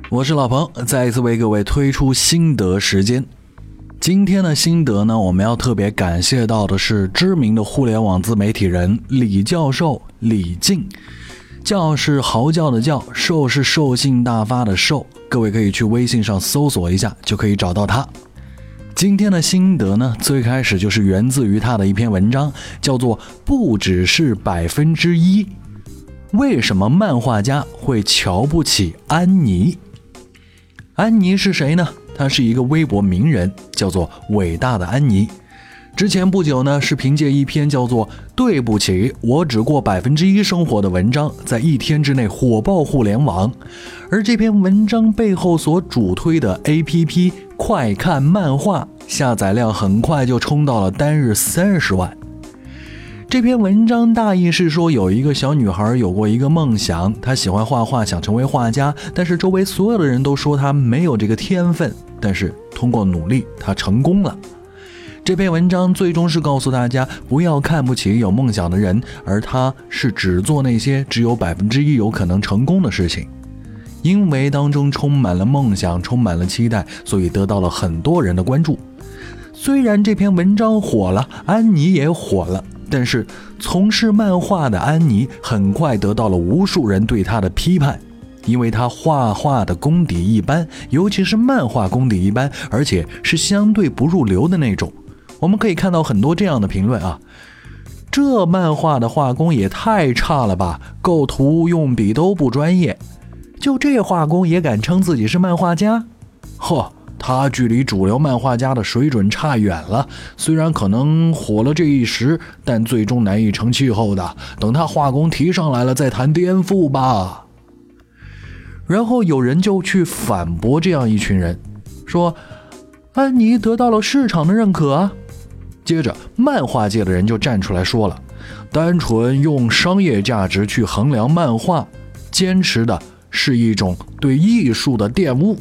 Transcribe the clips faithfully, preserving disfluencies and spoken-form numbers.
我是老彭，再一次为各位推出心得时间。今天的心得呢，我们要特别感谢到的是知名的互联网自媒体人李教授李静。教是嚎叫的叫，兽是兽性大发的兽，各位可以去微信上搜索一下，就可以找到他。今天的心得呢，最开始就是源自于他的一篇文章，叫做不只是百分之一，为什么漫画家会瞧不起安妮？安妮是谁呢？她是一个微博名人，叫做伟大的安妮。之前不久呢，是凭借一篇叫做对不起我只过百分之一生活的文章，在一天之内火爆互联网。而这篇文章背后所主推的 A P P 快看漫画下载量很快就冲到了单日三十万。这篇文章大意是说，有一个小女孩有过一个梦想，她喜欢画画，想成为画家，但是周围所有的人都说她没有这个天分，但是通过努力她成功了。这篇文章最终是告诉大家，不要看不起有梦想的人，而他是只做那些只有百分之一有可能成功的事情。因为当中充满了梦想，充满了期待，所以得到了很多人的关注。虽然这篇文章火了，安妮也火了，但是从事漫画的安妮很快得到了无数人对她的批判，因为她画画的功底一般，尤其是漫画功底一般，而且是相对不入流的那种。我们可以看到很多这样的评论啊，这漫画的画工也太差了吧，构图用笔都不专业，就这画工也敢称自己是漫画家？嚯，他距离主流漫画家的水准差远了，虽然可能火了这一时，但最终难以成气候的，等他画工提上来了再谈颠覆吧。然后有人就去反驳这样一群人，说安妮得到了市场的认可啊。接着漫画界的人就站出来说了，单纯用商业价值去衡量漫画，坚持的是一种对艺术的玷污。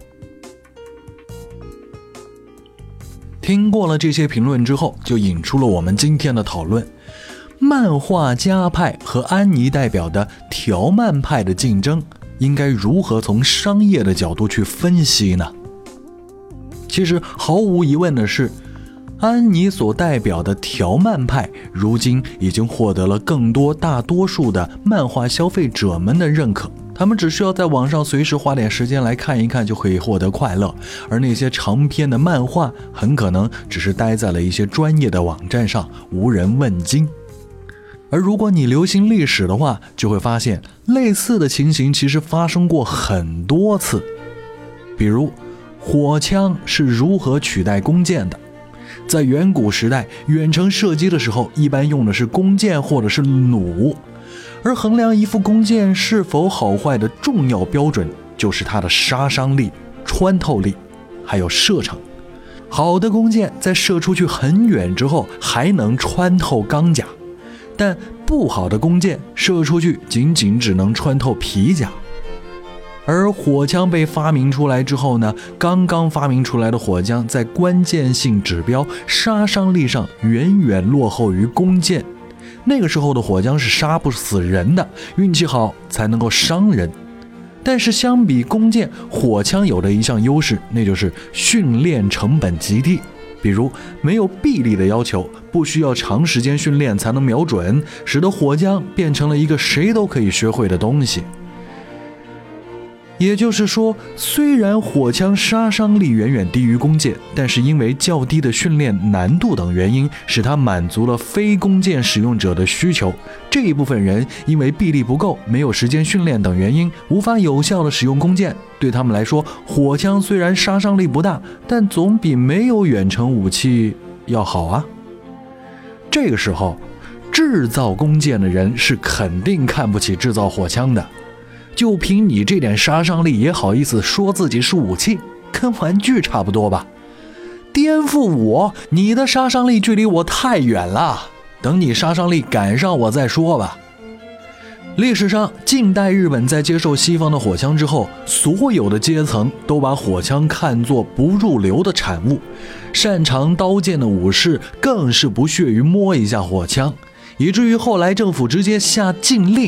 听过了这些评论之后，就引出了我们今天的讨论，漫画家派和安妮代表的条漫派的竞争，应该如何从商业的角度去分析呢？其实毫无疑问的是，安妮所代表的条漫派如今已经获得了更多大多数的漫画消费者们的认可，他们只需要在网上随时花点时间来看一看就可以获得快乐，而那些长篇的漫画很可能只是待在了一些专业的网站上，无人问津。而如果你留心历史的话，就会发现类似的情形其实发生过很多次。比如火枪是如何取代弓箭的？在远古时代，远程射击的时候一般用的是弓箭或者是弩，而衡量一副弓箭是否好坏的重要标准就是它的杀伤力、穿透力还有射程。好的弓箭在射出去很远之后还能穿透钢甲，但不好的弓箭射出去仅仅只能穿透皮甲。而火枪被发明出来之后呢，刚刚发明出来的火枪在关键性指标杀伤力上远远落后于弓箭。那个时候的火枪是杀不死人的，运气好才能够伤人。但是相比弓箭，火枪有的一项优势，那就是训练成本极低。比如没有臂力的要求，不需要长时间训练才能瞄准，使得火枪变成了一个谁都可以学会的东西。也就是说，虽然火枪杀伤力远远低于弓箭，但是因为较低的训练难度等原因，使它满足了非弓箭使用者的需求。这一部分人因为臂力不够，没有时间训练等原因，无法有效地使用弓箭。对他们来说，火枪虽然杀伤力不大，但总比没有远程武器要好啊。这个时候，制造弓箭的人是肯定看不起制造火枪的。就凭你这点杀伤力也好意思说自己是武器，跟玩具差不多吧？颠覆我，你的杀伤力距离我太远了，等你杀伤力赶上我再说吧。历史上，近代日本在接受西方的火枪之后，所有的阶层都把火枪看作不入流的产物，擅长刀剑的武士更是不屑于摸一下火枪，以至于后来政府直接下禁令，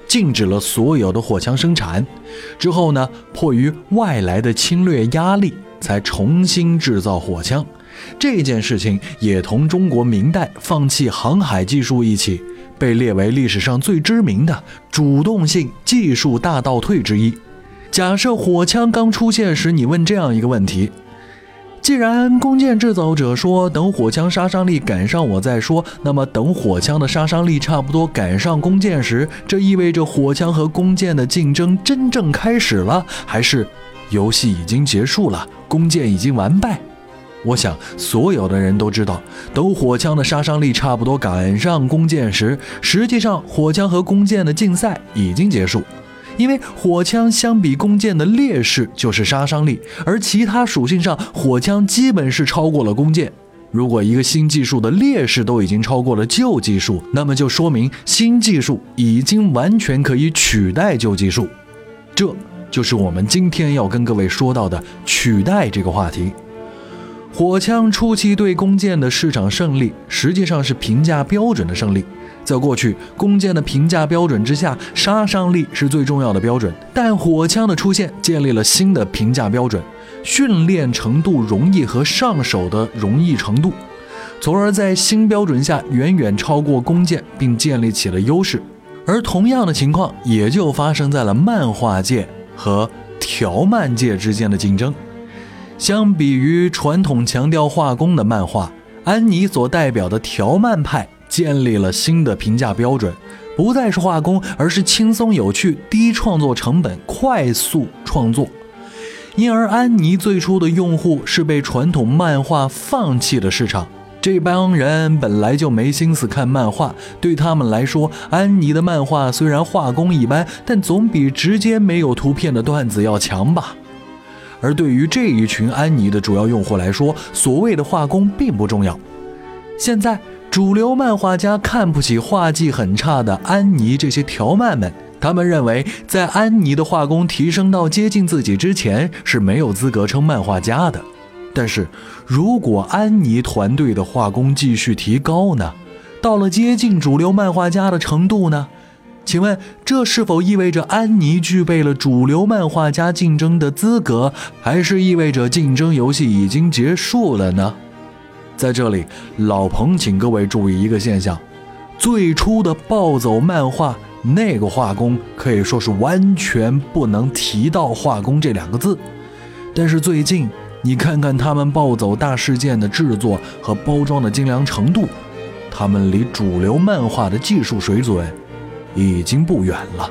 禁止了所有的火枪生产。之后呢，迫于外来的侵略压力，才重新制造火枪。这件事情也同中国明代放弃航海技术一起，被列为历史上最知名的主动性技术大倒退之一。假设火枪刚出现时，你问这样一个问题：既然弓箭制造者说等火枪杀伤力赶上我再说，那么等火枪的杀伤力差不多赶上弓箭时，这意味着火枪和弓箭的竞争真正开始了，还是游戏已经结束了，弓箭已经完败？我想所有的人都知道，等火枪的杀伤力差不多赶上弓箭时，实际上火枪和弓箭的竞赛已经结束。因为火枪相比弓箭的劣势就是杀伤力，而其他属性上火枪基本是超过了弓箭。如果一个新技术的劣势都已经超过了旧技术，那么就说明新技术已经完全可以取代旧技术。这就是我们今天要跟各位说到的取代这个话题。火枪初期对弓箭的市场胜利，实际上是评价标准的胜利。在过去，弓箭的评价标准之下，杀伤力是最重要的标准，但火枪的出现建立了新的评价标准，训练程度容易和上手的容易程度，从而在新标准下远远超过弓箭，并建立起了优势。而同样的情况也就发生在了漫画界和条漫界之间的竞争。相比于传统强调画工的漫画，安妮所代表的条漫派建立了新的评价标准，不再是画工，而是轻松有趣、低创作成本、快速创作。因而安妮最初的用户是被传统漫画放弃的市场，这帮人本来就没心思看漫画，对他们来说，安妮的漫画虽然画工一般，但总比直接没有图片的段子要强吧。而对于这一群安妮的主要用户来说，所谓的画工并不重要。现在主流漫画家看不起画技很差的安妮这些条漫们，他们认为在安妮的画工提升到接近自己之前是没有资格称漫画家的。但是如果安妮团队的画工继续提高呢？到了接近主流漫画家的程度呢？请问这是否意味着安妮具备了主流漫画家竞争的资格，还是意味着竞争游戏已经结束了呢？在这里，老彭请各位注意一个现象，最初的暴走漫画那个画工可以说是完全不能提到画工这两个字，但是最近你看看他们暴走大事件的制作和包装的精良程度，他们离主流漫画的技术水准已经不远了。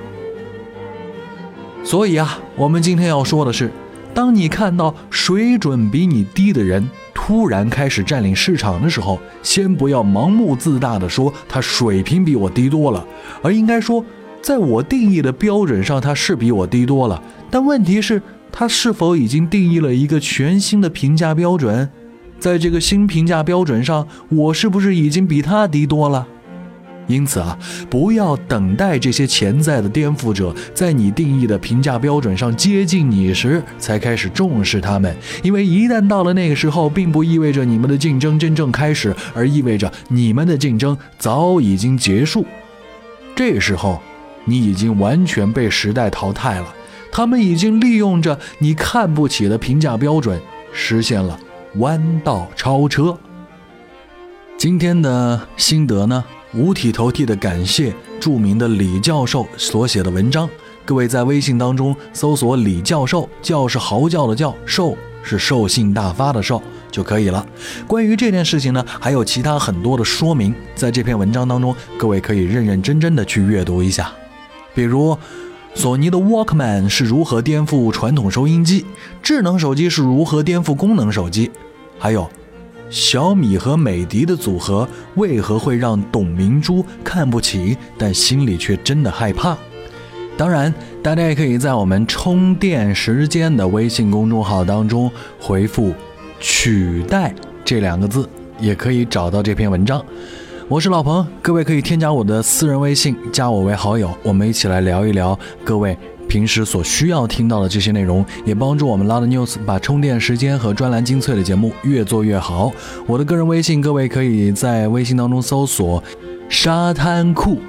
所以啊，我们今天要说的是，当你看到水准比你低的人突然开始占领市场的时候，先不要盲目自大地说他水平比我低多了，而应该说在我定义的标准上他是比我低多了，但问题是他是否已经定义了一个全新的评价标准？在这个新评价标准上，我是不是已经比他低多了？因此啊，不要等待这些潜在的颠覆者在你定义的评价标准上接近你时才开始重视他们，因为一旦到了那个时候，并不意味着你们的竞争真正开始，而意味着你们的竞争早已经结束。这时候你已经完全被时代淘汰了，他们已经利用着你看不起的评价标准，实现了弯道超车。今天的心得呢，五体投地的感谢著名的李教授所写的文章。各位在微信当中搜索李教授，教是嚎叫的叫，兽是兽性大发的兽就可以了。关于这件事情呢，还有其他很多的说明，在这篇文章当中，各位可以认认真真的去阅读一下。比如索尼的 Walkman 是如何颠覆传统收音机，智能手机是如何颠覆功能手机，还有小米和美的的组合为何会让董明珠看不起，但心里却真的害怕。当然大家也可以在我们充电时间的微信公众号当中回复取代这两个字，也可以找到这篇文章。我是老彭，各位可以添加我的私人微信，加我为好友，我们一起来聊一聊各位平时所需要听到的这些内容，也帮助我们 Loud News 把充电时间和专栏精粹的节目越做越好。我的个人微信，各位可以在微信当中搜索沙滩裤，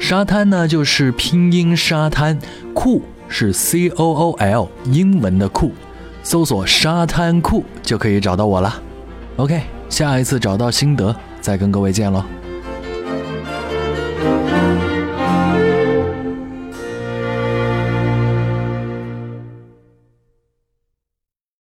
沙滩呢就是拼音沙滩，酷是 C O O L 英文的酷，搜索沙滩酷就可以找到我了。OK， 下一次找到心得再跟各位见咯。